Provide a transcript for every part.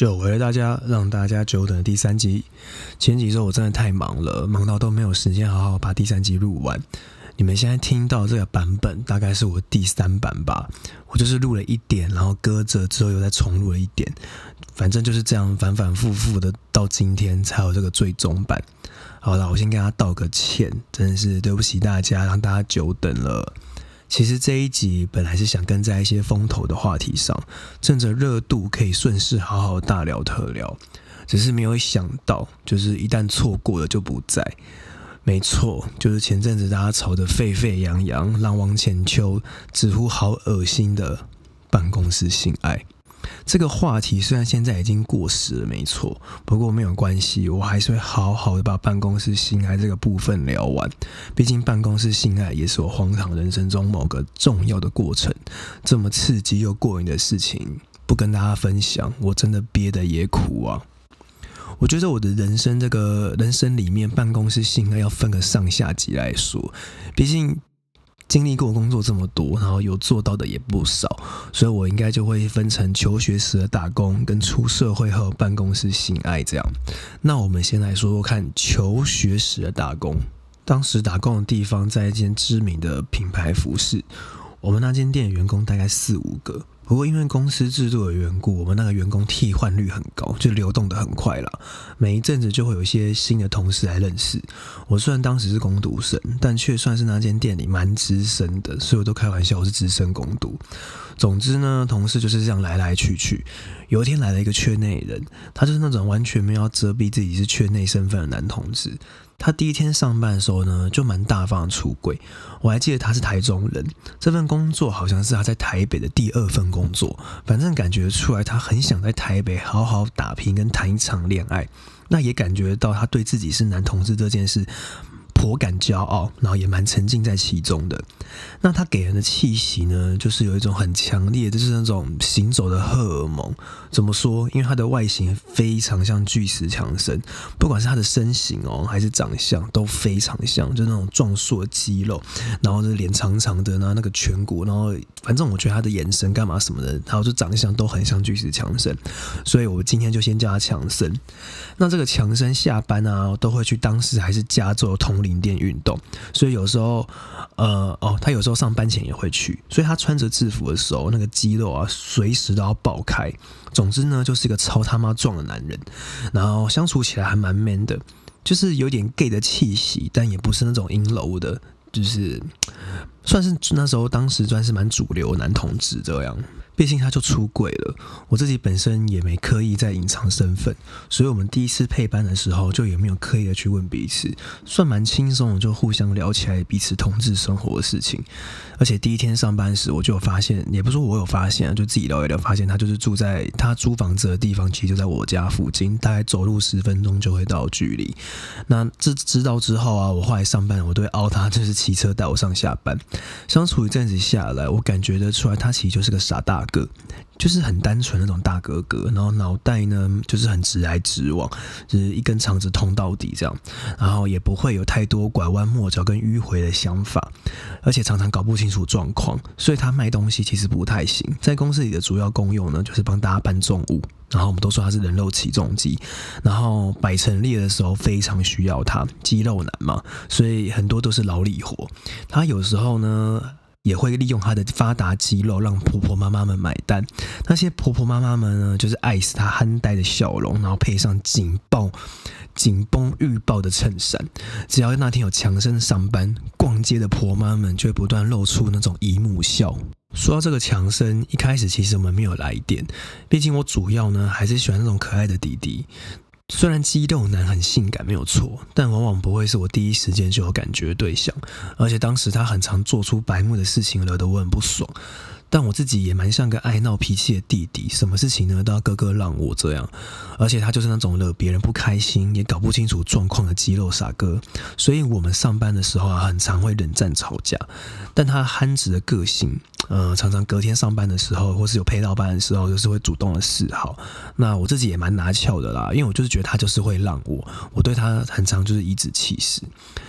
久违了大家，让大家久等的第3集。前几周我真的太忙了，忙到都没有时间好好把第3集录完。你们现在听到这个版本大概是我第3版吧，我就是录了一点，然后搁着之后又再重录了一点，反正就是这样反反复复的，到今天才有这个最终版。好啦，我先跟大家道个歉，真的是对不起大家，让大家久等了。其实这一集本来是想跟在一些风头的话题上，趁着热度可以顺势好好大聊特聊，只是没有想到，就是一旦错过了就不在。没错，就是前阵子大家吵得沸沸扬扬，浪往浅秋，直呼好恶心的办公室性爱。这个话题虽然现在已经过时了，没错，不过没有关系，我还是会好好的把办公室性爱这个部分聊完。毕竟办公室性爱也是我荒唐人生中某个重要的过程，这么刺激又过瘾的事情，不跟大家分享，我真的憋得也苦啊。我觉得我的人生里面，办公室性爱要分个上下集来说，毕竟经历过工作这么多，然后有做到的也不少，所以我应该就会分成求学时的打工跟出社会后办公室性爱这样。那我们先来说说看求学时的打工。当时打工的地方在一间知名的品牌服饰，我们那间店的员工大概4-5个。不过因为公司制度的缘故，我们那个员工替换率很高，就流动的很快啦。每一阵子就会有一些新的同事来认识。我虽然当时是工读生，但却算是那间店里蛮资深的，所以我都开玩笑我是资深工读。总之呢，同事就是这样来来去去。有一天来了一个圈内人，他就是那种完全没有要遮蔽自己是圈内身份的男同志。他第一天上班的时候呢，就蛮大方的出柜。我还记得他是台中人，这份工作好像是他在台北的第2份工作，反正感觉出来他很想在台北好好打拼跟谈一场恋爱。那也感觉到他对自己是男同志这件事颇感骄傲，然后也蛮沉浸在其中的。那他给人的气息呢，就是有一种很强烈的，就是那种行走的荷尔蒙。怎么说？因为他的外形非常像巨石强森，不管是他的身形还是长相都非常像，就那种壮硕的肌肉，然后脸长长的，然后那个颧骨，然后反正我觉得他的眼神干嘛什么的，还有就长相都很像巨石强森，所以我今天就先叫他强森。那这个强森下班啊，都会去当时还是加州的同龄店运动，所以有时候他有时候上班前也会去，所以他穿着制服的时候，那个肌肉啊随时都要爆开。总之呢，就是一个超他妈壮的男人，然后相处起来还蛮 man 的，就是有点 gay 的气息，但也不是那种阴柔的，就是算是那时候当时算是蛮主流男同志这样。毕竟他就出柜了，我自己本身也没刻意在隐藏身份，所以我们第一次配班的时候就也没有刻意的去问彼此，算蛮轻松的，就互相聊起来彼此同志生活的事情。而且第一天上班时我就有发现，也不是说我有发现，就自己聊一聊发现他就是住在他租房子的地方，其实就在我家附近，大概走路10分钟就会到距离。那知道之后啊，我后来上班我都会凹他，就是骑车带我上下班。相处一阵子下来，我感觉得出来他其实就是个傻大哥，就是很单纯那种大哥哥，然后脑袋呢就是很直来直往，就是一根肠子通到底这样，然后也不会有太多拐弯抹角跟迂回的想法，而且常常搞不清楚状况，所以他卖东西其实不太行。在公司里的主要功用呢，就是帮大家搬重物，然后我们都说他是人肉起重机，然后摆陈列的时候非常需要他，肌肉男嘛，所以很多都是劳力活。他有时候呢也会利用他的发达肌肉让婆婆妈妈们买单，那些婆婆妈妈们呢，就是爱死他憨呆的笑容，然后配上紧绷预报的衬衫。只要那天有强生上班，逛街的婆妈们就会不断露出那种姨母笑。说到这个强生，一开始其实我们没有来电，毕竟我主要呢还是喜欢那种可爱的弟弟。虽然肌肉男很性感没有错，但往往不会是我第一时间就有感觉的对象，而且当时他很常做出白目的事情，惹得我很不爽。但我自己也蛮像个爱闹脾气的弟弟，什么事情呢都要哥哥让我这样，而且他就是那种惹别人不开心也搞不清楚状况的肌肉傻哥，所以我们上班的时候啊，很常会冷战吵架。但他憨直的个性，常常隔天上班的时候，或是有配到班的时候，就是会主动的示好。那我自己也蛮拿翘的啦，因为我就是觉得他就是会让我对他很常就是颐指气使。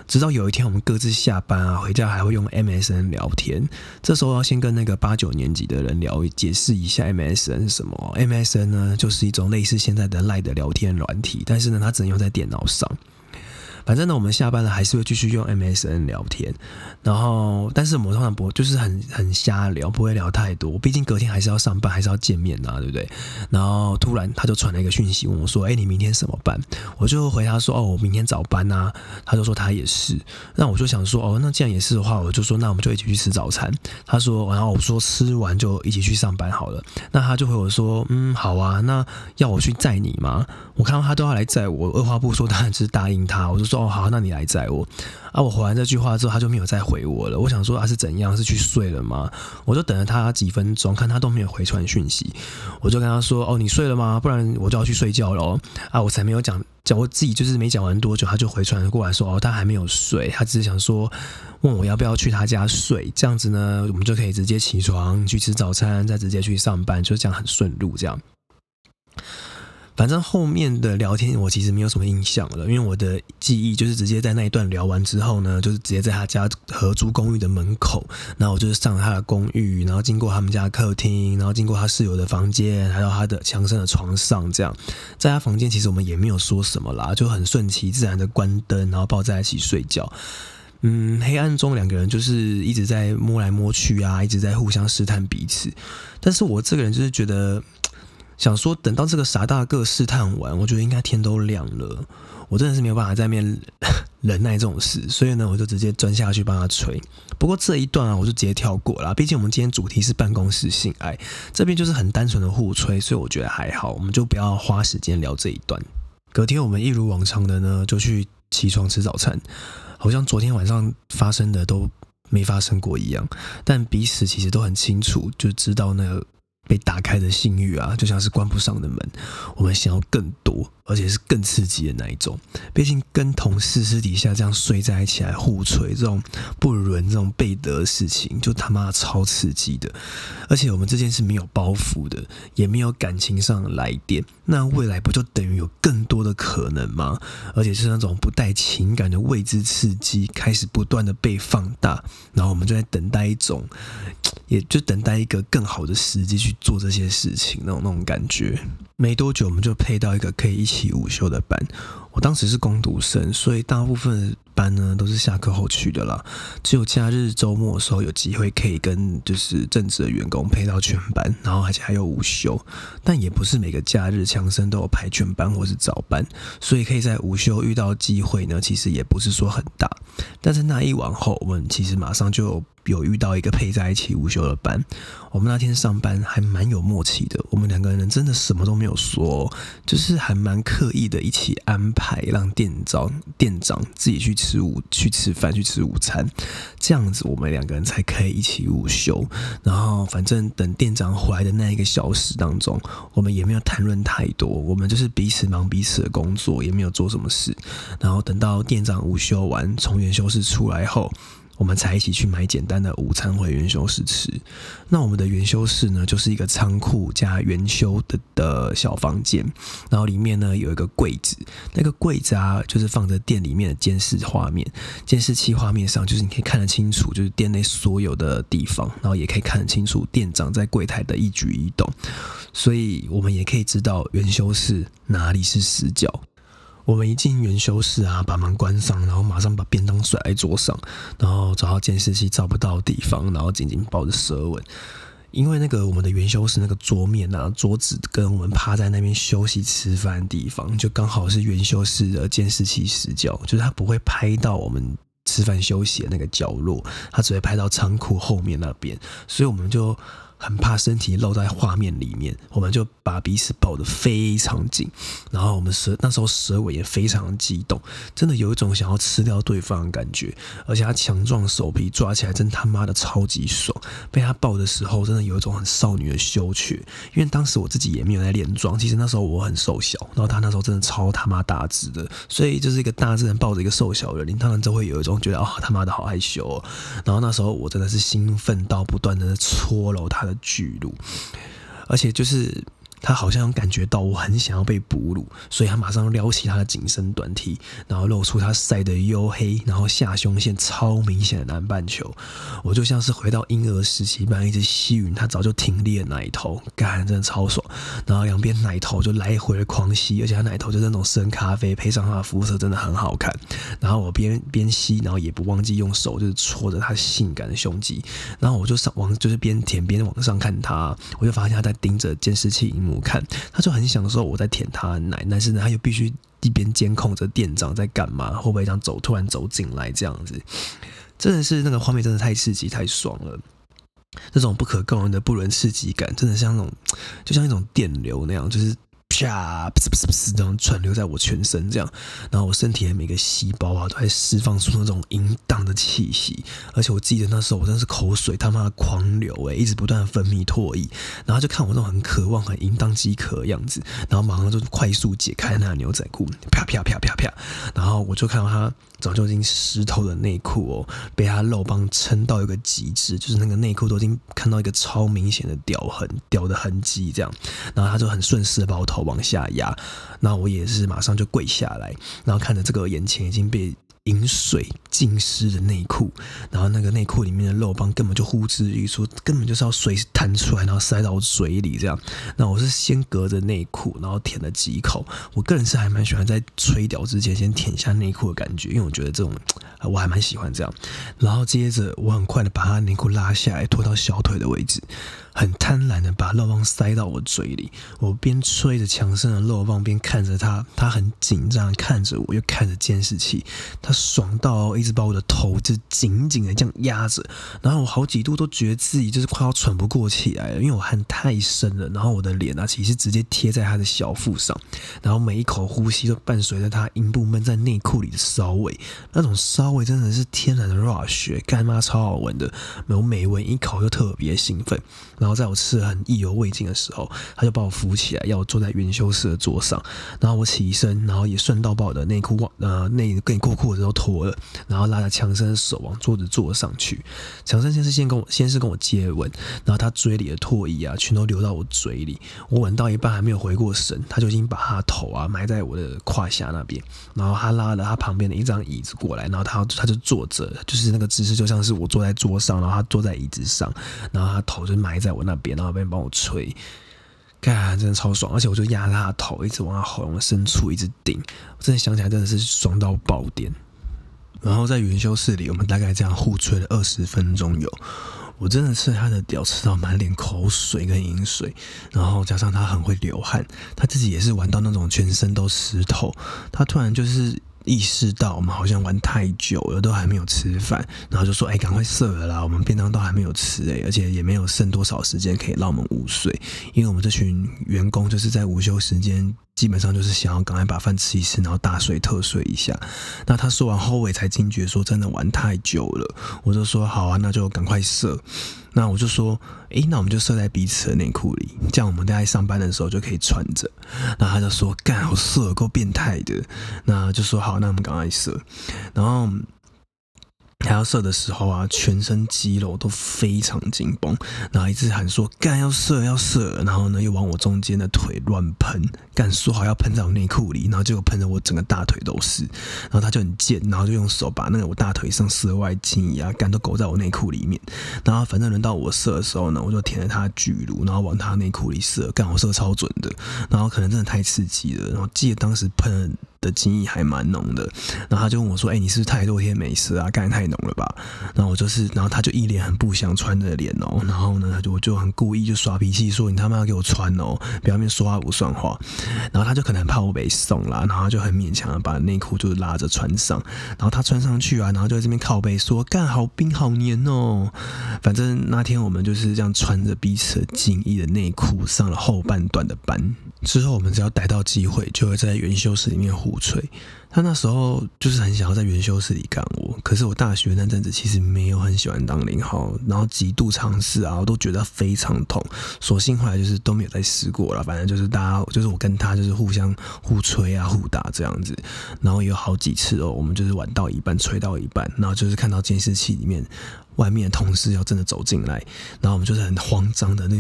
直到有一天我们各自下班啊，回家还会用 MSN 聊天。这时候要先跟那个8、9年级的人解释一下 MSN 是什么。MSN 呢，就是一种类似现在的 LINE 的聊天软体，但是呢，它只能用在电脑上。反正呢，我们下班了还是会继续用 MSN 聊天，然后但是我们通常不就是很瞎聊，不会聊太多，毕竟隔天还是要上班，还是要见面啊，对不对？然后突然他就传了一个讯息问我说：“你明天什么班？”我就回他说：“我明天早班啊。”他就说他也是，那我就想说那既然也是的话，我就说那我们就一起去吃早餐。他说，然后我说吃完就一起去上班好了。那他就回我说：“好啊，那要我去载你吗？”我看到他都要来载我，二话不说当然就是答应他，我就说好，那你来载我啊！我回完这句话之后，他就没有再回我了。我想说是怎样，是去睡了吗？我就等了他几分钟，看他都没有回传讯息，我就跟他说你睡了吗？不然我就要去睡觉了啊！我才没有讲我自己就是没讲完多久，他就回传过来说他还没有睡，他只是想说问我要不要去他家睡，这样子呢我们就可以直接起床去吃早餐，再直接去上班，就这样很顺路这样。反正后面的聊天我其实没有什么印象了，因为我的记忆就是直接在那一段聊完之后呢，就是直接在他家合租公寓的门口，然后我就是上了他的公寓，然后经过他们家的客厅，然后经过他室友的房间，还有他的墙身的床上，这样在他房间其实我们也没有说什么啦，就很顺其自然的关灯，然后抱在一起睡觉。黑暗中两个人就是一直在摸来摸去啊，一直在互相试探彼此，但是我这个人就是觉得想说等到这个傻大个试探完，我觉得应该天都亮了，我真的是没有办法在那边忍耐这种事，所以呢我就直接钻下去帮他吹。不过这一段啊我就直接跳过啦，毕竟我们今天主题是办公室性爱，这边就是很单纯的互吹，所以我觉得还好，我们就不要花时间聊这一段。隔天我们一如往常的呢就去起床吃早餐，好像昨天晚上发生的都没发生过一样，但彼此其实都很清楚，就知道那个被打开的性欲啊，就像是关不上的门，我们想要更多，而且是更刺激的那一种。毕竟跟同事私底下这样睡在一起来互吹，这种不伦、这种背德的事情，就他妈超刺激的。而且我们这件事没有包袱的，也没有感情上的来电，那未来不就等于有更多的可能吗？而且是那种不带情感的未知刺激，开始不断的被放大，然后我们就在等待一种，也就等待一个更好的时机去做这些事情，那种感觉。没多久我们就配到一个可以一起午休的班，我当时是工读生，所以大部分的班呢都是下课后去的啦，只有假日周末的时候有机会可以跟就是正职的员工配到全班，然后而且还有午休，但也不是每个假日强生都有排全班或是早班，所以可以在午休遇到机会呢其实也不是说很大。但是那一晚后我们其实马上就有遇到一个配在一起午休的班，我们那天上班还蛮有默契的，我们两个人真的什么都没有说，就是还蛮刻意的一起安排让店长自己去吃饭去吃午餐，这样子我们两个人才可以一起午休。然后反正等店长回来的那1个小时当中，我们也没有谈论太多，我们就是彼此忙彼此的工作，也没有做什么事。然后等到店长午休完从员休室出来后，我们才一起去买简单的午餐回员休室吃。那我们的员休室呢，就是一个仓库加员休的小房间，然后里面呢有一个柜子，那个柜子啊就是放着店里面的监视画面，监视器画面上就是你可以看得清楚就是店内所有的地方，然后也可以看得清楚店长在柜台的一举一动，所以我们也可以知道员休室哪里是死角。我们一进员休室啊，把门关上，然后马上把便当甩在桌上，然后找到监视器照不到的地方，然后紧紧抱着舌吻。因为我们的员休室那个桌面啊，桌子跟我们趴在那边休息吃饭的地方，就刚好是员休室的监视器死角，就是它不会拍到我们吃饭休息的那个角落，它只会拍到仓库后面那边，所以我们就很怕身体露在画面里面，我们就把彼此抱得非常紧，然后我们那时候舌吻也非常激动，真的有一种想要吃掉对方的感觉，而且他强壮手皮抓起来真他妈的超级爽，被他抱的时候真的有一种很少女的羞怯，因为当时我自己也没有在练壮，其实那时候我很瘦小，然后他那时候真的超他妈大只的，所以就是一个大只人抱着一个瘦小的人，当然就会有一种觉得他妈的好害羞哦。然后那时候我真的是兴奋到不断的搓揉他的巨乳，而且就是他好像感觉到我很想要被哺乳，所以他马上撩起他的紧身短 T， 然后露出他晒得黝黑，然后下胸线超明显的南半球。我就像是回到婴儿时期般，一直吸吮他早就挺立的奶头，干，真的超爽。然后两边奶头就来回的狂吸，而且他奶头就是那种深咖啡，配上他的肤色真的很好看。然后我边吸，然后也不忘记用手就是戳着他性感的胸肌，然后我就就是边舔边往上看他，我就发现他在盯着监视器荧幕看，他就很享受我在舔他的奶，但是呢他又必须一边监控着店长在干嘛，会不会这样突然走进来这样子，真的是那个画面真的太刺激太爽了。这种不可告人的不伦刺激感，真的像那种就像一种电流那样，就是啪这种传流在我全身这样，然后我身体的每个细胞啊都在释放出那种淫荡的气息，而且我记得那时候我真的是口水他妈的狂流一直不断的分泌唾液，然后就看我那种很渴望很淫荡饥渴的样子，然后马上就快速解开那个牛仔裤，啪啪啪啪啪，然后我就看到他早就已经湿透的内裤被他肉棒撑到一个极致，就是那个内裤都已经看到一个超明显的屌的痕迹这样，然后他就很顺势的把我头往下压，然后我也是马上就跪下来，然后看着这个眼前已经被饮水浸湿的内裤，然后那个内裤里面的肉棒根本就呼之欲出，根本就是要水弹出来，然后塞到我嘴里这样。那我是先隔着内裤，然后舔了几口。我个人是还蛮喜欢在吹屌之前先舔一下内裤的感觉，因为我觉得这种我还蛮喜欢这样。然后接着我很快的把他内裤拉下来，拖到小腿的位置。很贪婪的把肉棒塞到我嘴里，我边吹着强盛的肉棒边看着他，他很紧张看着我，又看着监视器，他爽到一直把我的头就紧紧的这样压着，然后我好几度都觉得自己就是快要喘不过气来了，因为我汗太深了，然后我的脸啊其实直接贴在他的小腹上，然后每一口呼吸都伴随着他阴部闷在内裤里的骚味，那种骚味真的是天然的 rush， 干妈超好闻的，我每闻一口就特别兴奋。然后在我吃得很意犹未尽的时候，他就把我扶起来，要我坐在元修室的桌上。然后我起身，然后也顺道把我的内裤内裤子都脱了，然后拉着强生的手往桌子坐上去。强生先是跟我接吻，然后他嘴里的唾液啊，全都流到我嘴里。我吻到一半还没有回过神，他就已经把他的头啊埋在我的胯下那边。然后他拉了他旁边的一张椅子过来，然后他就坐着，就是那个姿势就像是我坐在桌上，然后他坐在椅子上，然后他头就埋在我那边，然后别人帮我吹，干，真的超爽！而且我就压他的头，一直往他喉咙深处一直顶，我真的想起来真的是爽到爆点。然后在元修室里，我们大概这样互吹了20分钟有。我真的吃他的屌吃到满脸口水跟饮水，然后加上他很会流汗，他自己也是玩到那种全身都湿透，他突然就是意识到我们好像玩太久了，都还没有吃饭，然后就说：“赶快射了啦，我们便当都还没有吃而且也没有剩多少时间可以让我们午睡，因为我们这群员工就是在午休时间。”基本上就是想要赶快把饭吃一吃，然后大睡特睡一下。那他说完后，我也才惊觉说真的玩太久了。我就说好啊，那就赶快射。那我就说，那我们就射在彼此的内裤里，这样我们在上班的时候就可以穿着。然后他就说干，好射，够变态的。那就说好，那我们赶快射。然后还要射的时候啊，全身肌肉都非常紧绷，然后一直喊说干要射，然后呢又往我中间的腿乱喷，干说好要喷在我内裤里，然后结果喷得我整个大腿都是，然后他就很贱，然后就用手把那个我大腿上色外精液啊干都勾在我内裤里面，然后反正轮到我射的时候呢，我就舔着他的巨乳，然后往他内裤里射，干我射超准的，然后可能真的太刺激了，然后记得当时喷的精液还蛮浓的，然后他就问我说：“你是不是太多天没射啊？干太浓了吧？”然后然后他就一脸很不想穿的脸然后呢，我就很故意就耍脾气说：“你他妈要给我穿不要在那边说话不算话。”然后他就可能怕我被送啦，然后他就很勉强的把内裤就拉着穿上，然后他穿上去啊，然后就在这边靠背说：“干好冰好黏哦。”反正那天我们就是这样穿着彼此的紧衣的内裤上了后半段的班。之后我们只要逮到机会，就会在元修室里面互吹。他那时候就是很想要在元修室里干我，可是我大学那阵子其实没有很喜欢当零号，然后极度尝试啊，我都觉得非常痛，所幸后来就是都没有再试过了。反正就是大家就是我跟他就是互相互吹啊互打这样子，然后有好几次我们就是玩到一半吹到一半，然后就是看到监视器里面外面的同事要真的走进来，然后我们就是很慌张的那用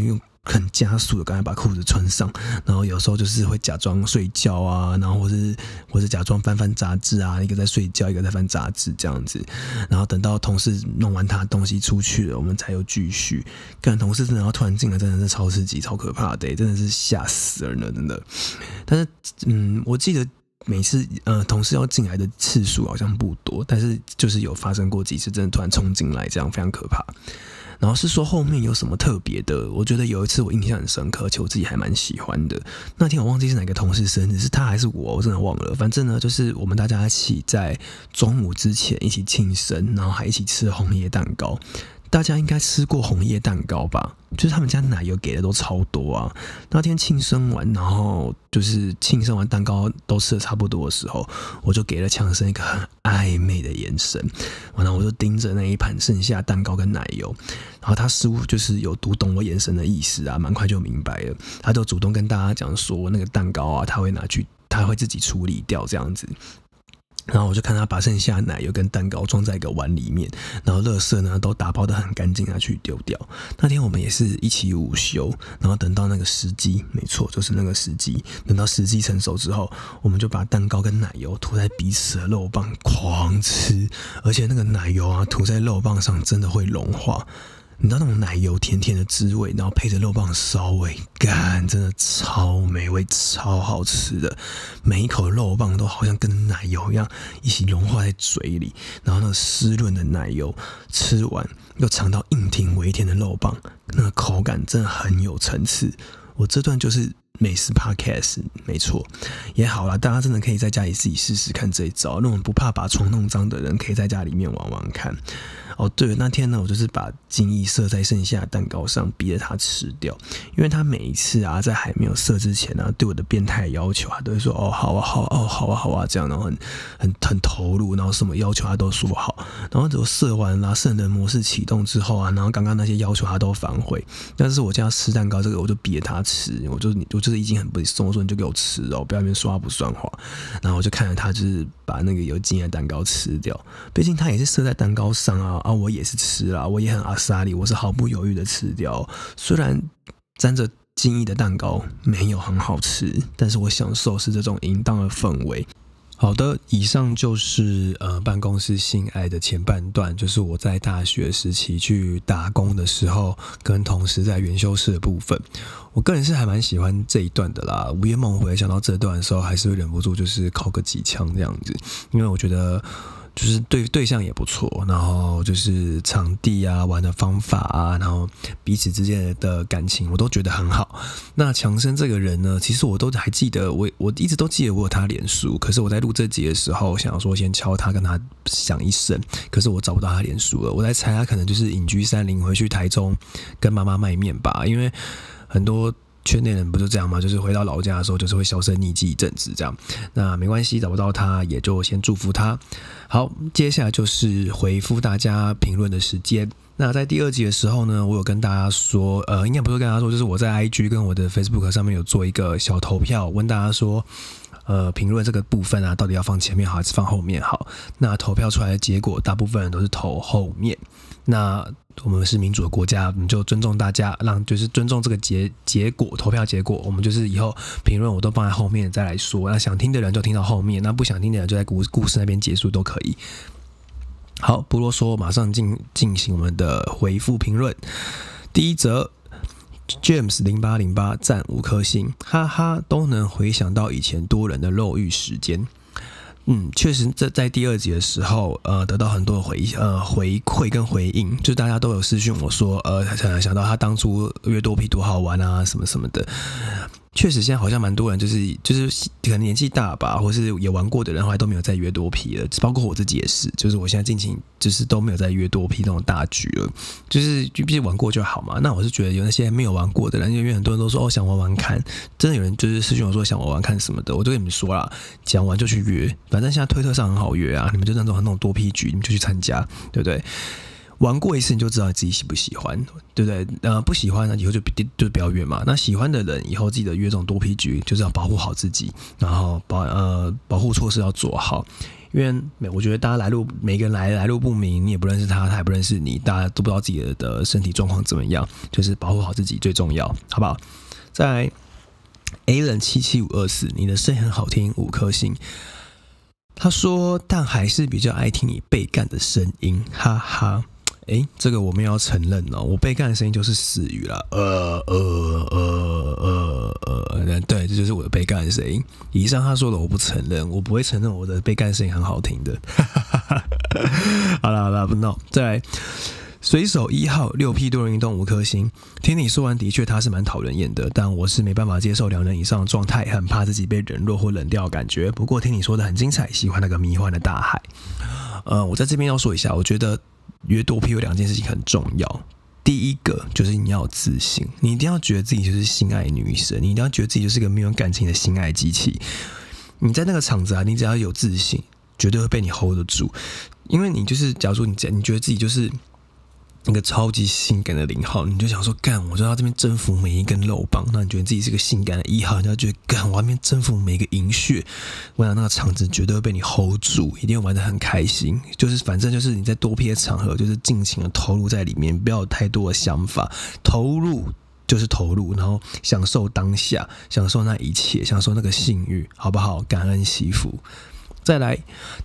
很加速的赶快把裤子穿上，然后有时候就是会假装睡觉啊，然后或是假装翻杂志啊，一个在睡觉，一个在翻杂志这样子，然后等到同事弄完他的东西出去了，我们才有继续。干同事真的要突然进来，真的是超刺激、超可怕的，真的是吓死人了，真的。但是我记得每次同事要进来的次数好像不多，但是就是有发生过几次，真的突然冲进来，这样非常可怕。然后是说后面有什么特别的，我觉得有一次我印象很深刻，而且我自己还蛮喜欢的。那天我忘记是哪个同事生日，是他还是我真的忘了。反正呢，就是我们大家一起在中午之前一起庆生，然后还一起吃红叶蛋糕。大家应该吃过红叶蛋糕吧？就是他们家奶油给的都超多啊。那天庆生完，然后就是庆生完蛋糕都吃的差不多的时候，我就给了强生一个很暧昧的眼神，然后我就盯着那一盘剩下蛋糕跟奶油，然后他似乎就是有读懂我眼神的意思啊，蛮快就明白了。他就主动跟大家讲说，那个蛋糕啊，他会自己处理掉这样子。然后我就看他把剩下的奶油跟蛋糕装在一个碗里面，然后垃圾呢都打包得很干净，拿去丢掉。那天我们也是一起午休，然后等到那个时机，没错，就是那个时机。等到时机成熟之后，我们就把蛋糕跟奶油涂在彼此的肉棒狂吃，而且那个奶油啊涂在肉棒上真的会融化。你知道那种奶油甜甜的滋味，然后配着肉棒烧味，干真的超美味、超好吃的。每一口肉棒都好像跟奶油一样一起融化在嘴里，然后那个湿润的奶油吃完，又尝到硬挺微甜的肉棒，那个口感真的很有层次。我这段就是美食 podcast 没错，也好啦，大家真的可以在家里自己试试看这一招。那种不怕把床弄脏的人，可以在家里面玩玩看。哦，对了，那天呢，我就是把精液射在剩下的蛋糕上，逼着他吃掉。因为他每一次啊，在还没有射之前啊，对我的变态要求，他都会说哦好啊好啊哦好啊好啊这样，然后很投入，然后什么要求他都说好。然后等射完啦，圣人模式启动之后啊，然后刚刚那些要求他都反悔。但是我叫他吃蛋糕，这个我就逼着他吃，我就是已经很不松，我说你就给我吃哦，不要在那边说话不算话。然后我就看着他就是把那个有精液的蛋糕吃掉，毕竟他也是射在蛋糕上啊，我也是吃啦，我也很阿萨里，我是毫不犹豫的吃掉。虽然沾着精液的蛋糕没有很好吃，但是我享受是这种淫荡的氛围。好的，以上就是办公室性爱的前半段，就是我在大学时期去打工的时候，跟同事在研修室的部分。我个人是还蛮喜欢这一段的啦，午夜梦回想到这段的时候，还是会忍不住就是敲个几枪这样子，因为我觉得就是对象也不错，然后就是场地啊、玩的方法啊，然后彼此之间的感情，我都觉得很好。那强生这个人呢，其实我都还记得，我一直都记得我有他脸书，可是我在录这集的时候，想说先敲他，跟他讲一声，可是我找不到他脸书了。我在猜他可能就是隐居山林，回去台中跟妈妈卖面吧，因为很多圈内人不就这样吗？就是回到老家的时候，就是会销声匿迹一阵子这样。那没关系，找不到他，也就先祝福他。好，接下来就是回复大家评论的时间。那在第2集的时候呢，我有跟大家说，应该不是跟大家说，就是我在 IG 跟我的 Facebook 上面有做一个小投票，问大家说，评论这个部分啊，到底要放前面好还是放后面好？那投票出来的结果，大部分人都是投后面。那我们是民主的国家，我们就尊重大家，就是尊重这个结果，投票结果。我们就是以后评论我都放在后面再来说。那想听的人就听到后面，那不想听的人就在故事那边结束都可以。好，不啰嗦，马上进行我们的回复评论。第一则 James0808 赞5颗星，哈哈，都能回想到以前多人的肉欲时间。确实，这在第2集的时候，得到很多回馈跟回应，就是大家都有私讯我说，想到他当初约多批多好玩啊，什么什么的。确实，现在好像蛮多人就是可能年纪大吧，或是也玩过的人，后来都没有再约多批了。包括我自己也是，就是我现在近期就是都没有再约多批那种大局了，就是毕竟玩过就好嘛。那我是觉得有那些没有玩过的人，因为很多人都说想玩玩看，真的有人就是私讯我说想玩玩看什么的，我就跟你们说啦，讲完就去约，反正现在推特上很好约啊，你们就那种多批局，你们就去参加，对不对？玩过一次你就知道你自己喜不喜欢，对不对？不喜欢呢，以后就不要约嘛。那喜欢的人以后记得约这种多批局，就是要保护好自己，然后保护措施要做好。 因为我觉得大家每个人来路不明，你也不认识他，他也不认识你，大家都不知道自己的身体状况怎么样，就是保护好自己最重要，好不好？再来 Alan77524，你的声音很好听，5颗星。他说，但还是比较爱听你被干的声音，哈哈。这个我们要承认哦，我被干的声音就是死鱼啦，对，这就是我的被干的声音。以上他说的我不承认，我不会承认我的被干的声音很好听的。好啦，不闹。再来，水手1号6P 多人运动5颗星。听你说完，的确他是蛮讨人厌的，但我是没办法接受2人以上的状态，很怕自己被冷落或冷掉的感觉。不过听你说的很精彩，喜欢那个迷幻的大海。我在这边要说一下，我觉得约多 P 有2件事情很重要。第一个就是你要有自信，你一定要觉得自己就是性爱女神，你一定要觉得自己就是一个没有感情的性爱机器。你在那个场子啊，你只要有自信，绝对会被你 hold 得住。因为你就是，假如说你觉得自己就是那个超级性感的0号，你就想说干，我就要这边征服每一根肉棒。那你觉得自己是个性感的1号，你就觉得干，我要这边征服每一个银穴。我想那个场子绝对会被你 hold 住，一定会玩得很开心。就是反正就是你在多批的场合，就是尽情的投入在里面，不要有太多的想法，投入就是投入，然后享受当下，享受那一切，享受那个性欲，好不好？感恩惜福。再来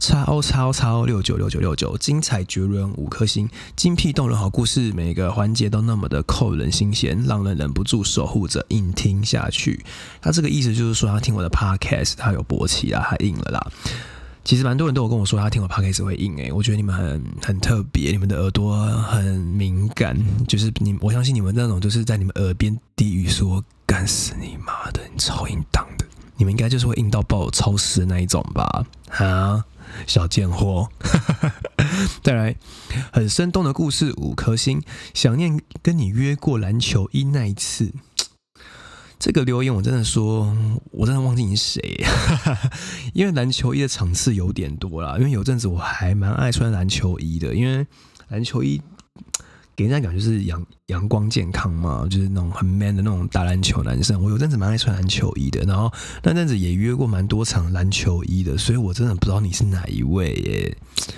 XO696969，精彩绝伦5颗星，精辟动人好故事，每个环节都那么的扣人心弦，让人忍不住守护着硬听下去。他这个意思就是说，他听我的 podcast， 他有勃起啦，他硬了啦。其实蛮多人都有跟我说，他听我 podcast 会硬我觉得你们很特别，你们的耳朵很敏感，就是我相信你们那种就是在你们耳边低语说干死你妈的，你超硬当的。你们应该就是会硬到爆超时的那一种吧？哈，小贱货。再来，很生动的故事5颗星，想念跟你约过篮球衣那一次。这个留言我真的忘记你是谁，因为篮球衣的场次有点多啦。因为有阵子我还蛮爱穿篮球衣的，因为篮球衣给人家感觉就是阳光健康嘛，就是那种很 man 的那种打篮球男生。我有阵子蛮爱穿篮球衣的，然后那阵子也约过蛮多场篮球衣的，所以我真的不知道你是哪一位耶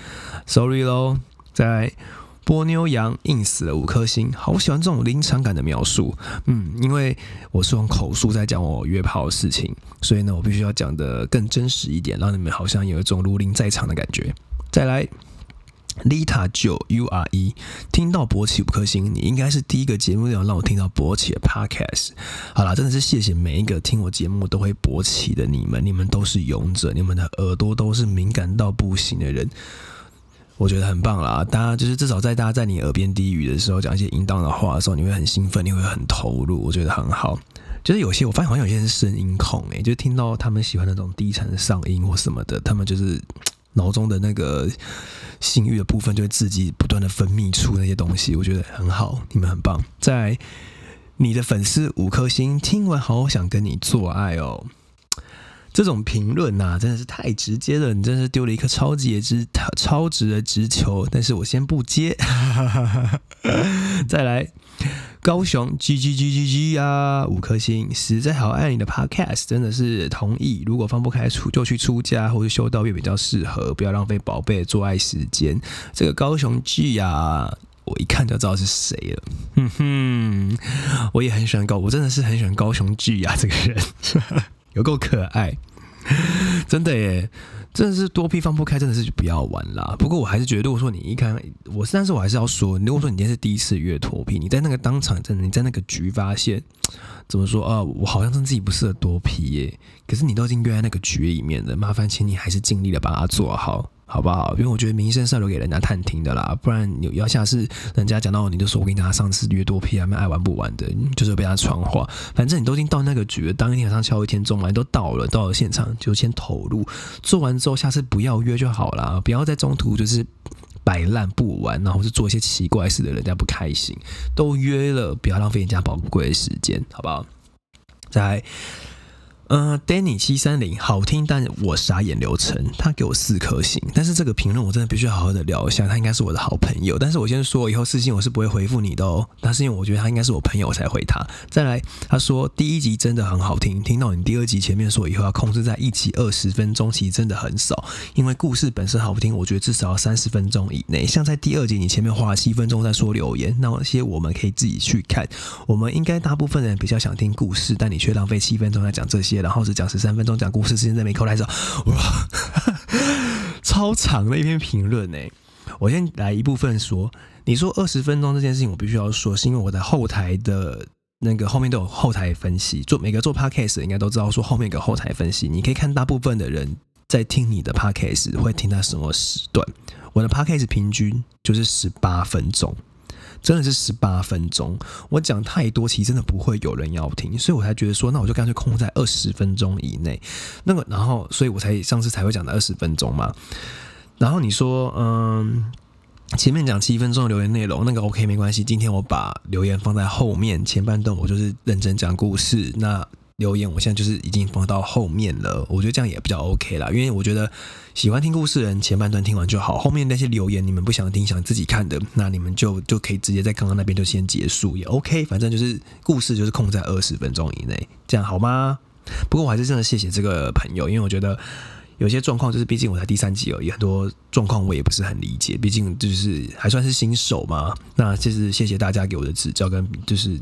，sorry 咯。再来，波妞羊硬死了5颗星，好喜欢这种临场感的描述。因为我是用口述在讲我约炮的事情，所以呢，我必须要讲得更真实一点，让你们好像有一种如临在场的感觉。再来。Lita 9URE 听到勃起5颗星，你应该是第一个节目内容让我听到勃起的 podcast。好啦，真的是谢谢每一个听我节目都会勃起的你们都是勇者，你们的耳朵都是敏感到不行的人，我觉得很棒啦。大家就是至少大家在你耳边低语的时候讲一些淫荡的话的时候，你会很兴奋，你会很投入，我觉得很好。就是我发现好像有些人是声音控就是听到他们喜欢那种低沉的上音或什么的，他们就是脑中的那个性欲的部分就会自己不断的分泌出那些东西，我觉得很好，你们很棒。再来，你的粉丝5颗星，听完好想跟你做爱哦。这种评论啊，真的是太直接了，你真的是丢了一颗超值的直球，但是我先不接。再来，高雄 GGGGG 啊，5颗星，实在好爱你的 podcast， 真的是同意。如果放不开就去出家或者修道院比较适合，不要浪费宝贝的做爱时间。这个高雄 G 啊，我一看就知道是谁了。我也很喜欢我真的是很喜欢高雄 G 啊，这个人有够可爱，真的耶。真的是多批放不开，真的是不要玩啦。不过我还是觉得，如果说你一看但是我还是要说，如果说你今天是第一次约多批，你在那个当场，真的你在那个局发现，怎么说我好像真自己不适合多批耶。可是你都已经约在那个局里面了，麻烦请你还是尽力的把它做好。好不好？因为我觉得名声是要留给人家探听的啦，不然你要下次人家讲到你就说我跟你讲他上次约多批还蛮爱玩不玩的，就是被他传话。反正你都已经到那个局了，当天晚上敲1天钟嘛，你都到了现场就先投入，做完之后下次不要约就好啦，不要在中途就是摆烂不玩，然后是做一些奇怪事的，人家不开心。都约了，不要浪费人家宝贵的时间，好不好？再来 Danny730好听，但我傻眼流程，他给我4颗星。但是这个评论我真的必须好好的聊一下，他应该是我的好朋友。但是我先说，以后私信我是不会回复你的哦。但是因为我觉得他应该是我朋友，我才回他。再来，他说第1集真的很好听，听到你第2集前面说以后要控制在1集20分钟，其实真的很少。因为故事本身好听，我觉得至少要30分钟以内。像在第2集你前面花了7分钟在说留言，那些我们可以自己去看。我们应该大部分人比较想听故事，但你却浪费7分钟在讲这些，然后只讲13分钟讲故事，之前在没扣来着，哇，超长的一篇评论欸。我先来一部分说，你说20分钟这件事情，我必须要说，是因为我在后台的那个后面都有后台分析，每个做 podcast 的应该都知道说后面有个后台分析，你可以看大部分的人在听你的 podcast 会听在什么时段。我的 podcast 平均就是18分钟。真的是18分钟，我讲太多，其实真的不会有人要听，所以我才觉得说，那我就干脆控在20分钟以内。然后，所以我上次才会讲的20分钟嘛。然后你说，前面讲7分钟的留言内容，那个 OK 没关系。今天我把留言放在后面，前半段我就是认真讲故事。那留言我现在就是已经放到后面了，我觉得这样也比较 OK 啦，因为我觉得喜欢听故事的人前半段听完就好，后面那些留言你们不想听想自己看的，那你们就可以直接在刚刚那边就先结束也 OK， 反正就是故事就是控在20分钟以内，这样好吗？不过我还是真的谢谢这个朋友，因为我觉得有些状况就是毕竟我才第3集而已，很多状况我也不是很理解，毕竟就是还算是新手嘛，那就是谢谢大家给我的指教跟就是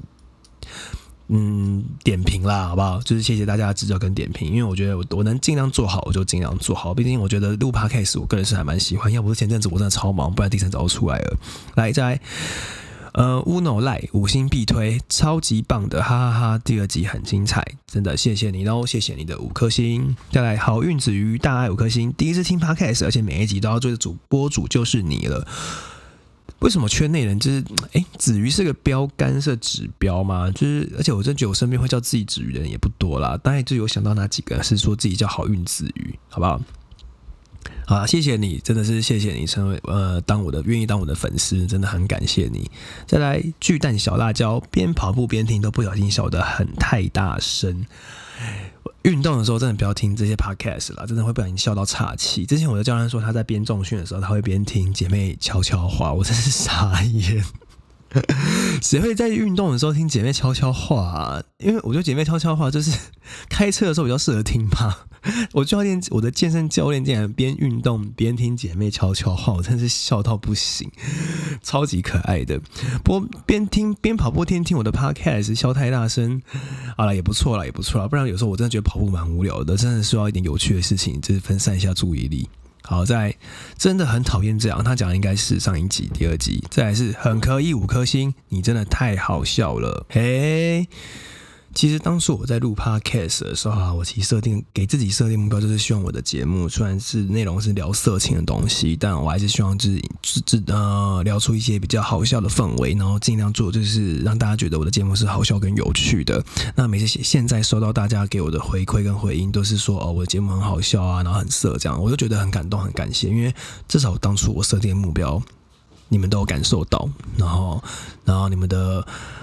点评啦，好不好？就是谢谢大家的指教跟点评，因为我觉得我能尽量做好，我就尽量做好。毕竟我觉得录 podcast 我个人是还蛮喜欢，要不是前阵子我真的超忙，不然第3早就出来了。来，再来，Uno 赖5星必推，超级棒的，哈哈哈！第2集很精彩，真的谢谢你喽，谢谢你的5颗星。再来，好运子瑜大爱5颗星，第一次听 podcast， 而且每一集都要追的播主就是你了。为什么圈内人就是子瑜是个标杆是指标吗？就是而且我真觉得我身边会叫自己子瑜的人也不多啦，大概就有想到哪几个是说自己叫好运子瑜，好不好？好，谢谢你，真的是谢谢你成为愿意当我的粉丝，真的很感谢你。再来，巨蛋小辣椒，边跑步边听都不小心笑得很太大声。运动的时候真的不要听这些 podcast 啦，真的会不小心笑到岔气。之前我的教练说他在边重训的时候，他会边听姐妹悄悄话，我真是傻眼。谁会在运动的时候听姐妹悄悄话啊？因为我觉得姐妹悄悄话就是开车的时候比较适合听吧。我的健身教练竟然边运动边听姐妹悄悄话，我真的是笑到不行，超级可爱的。不过边跑步边听我的 podcast 笑太大声，好了也不错啦，也不错啦。不然有时候我真的觉得跑步蛮无聊的，真的需要一点有趣的事情，就是分散一下注意力。好，再来真的很讨厌这样，他讲的应该是上一集第2集。再来是很可以5颗星，你真的太好笑了，嘿。其实当初我在录 podcast 的时候啊，我其实给自己设定目标，就是希望我的节目虽然是内容是聊色情的东西，但我还是希望聊出一些比较好笑的氛围，然后尽量做就是让大家觉得我的节目是好笑跟有趣的。那每次现在收到大家给我的回馈跟回应，都是说我的节目很好笑啊，然后很色这样，我就觉得很感动很感谢，因为至少当初我设定的目标你们都有感受到，然后你们的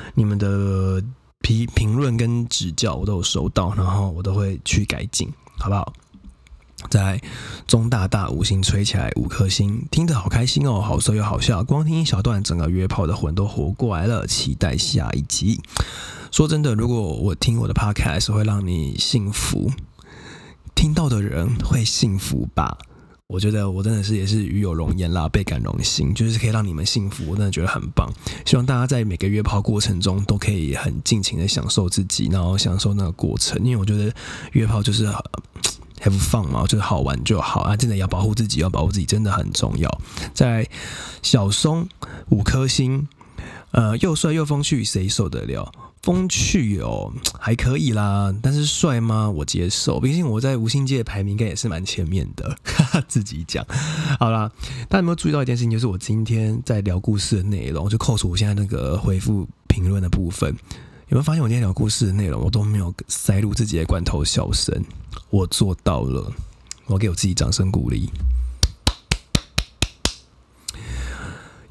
评论跟指教我都有收到，然后我都会去改进，好不好？在中大5星吹起来5颗星，听得好开心哦，好色又好笑，光听一小段，整个约炮的魂都活过来了，期待下一集。说真的，如果我听我的 podcast 会让你幸福，听到的人会幸福吧？我觉得我真的是也是与有荣焉啦，倍感荣幸，就是可以让你们幸福，我真的觉得很棒。希望大家在每个约炮过程中都可以很尽情的享受自己，然后享受那个过程，因为我觉得约炮就是have fun 嘛，就是好玩就好啊，真的要保护自己，真的很重要。在小松5颗星，又帅又风趣，谁受得了？风趣还可以啦，但是帅吗？我接受，毕竟我在无星界的排名应该也是蛮前面的，自己讲。好啦，大家有没有注意到一件事情，就是我今天在聊故事的内容，就扣除我现在那个回复评论的部分，有没有发现我今天聊故事的内容，我都没有塞入自己的罐头笑声？我做到了，我给我自己掌声鼓励。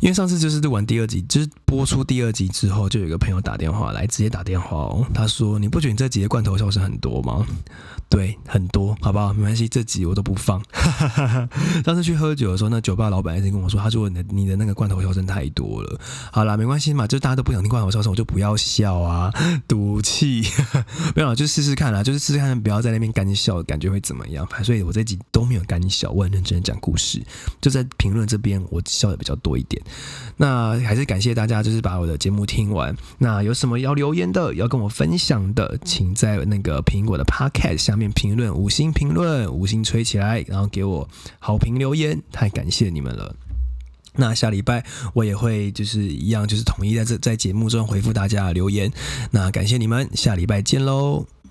因为上次就是录完第2集，就是播出第2集之后，就有一个朋友打电话来，直接打电话哦，他说：“你不觉得你这集的罐头笑声很多吗？”对，很多，好不好？没关系，这集我都不放。上次去喝酒的时候，那酒吧老板一直跟我说，他说你的那个罐头笑声太多了。好啦，没关系嘛，就大家都不想听罐头笑声，我就不要笑啊，赌气。没有啦，就试试看啦，就是试试看，不要在那边干笑，感觉会怎么样？所以我这集都没有干笑，我很认真的讲故事，就在评论这边我笑的比较多一点。那还是感谢大家，就是把我的节目听完。那有什么要留言的，要跟我分享的，请在那个苹果的 Podcast 下面评论，5星评论，5星吹起来，然后给我好评留言，太感谢你们了。那下礼拜我也会就是一样，就是统一在节目中回复大家的留言。那感谢你们，下礼拜见喽。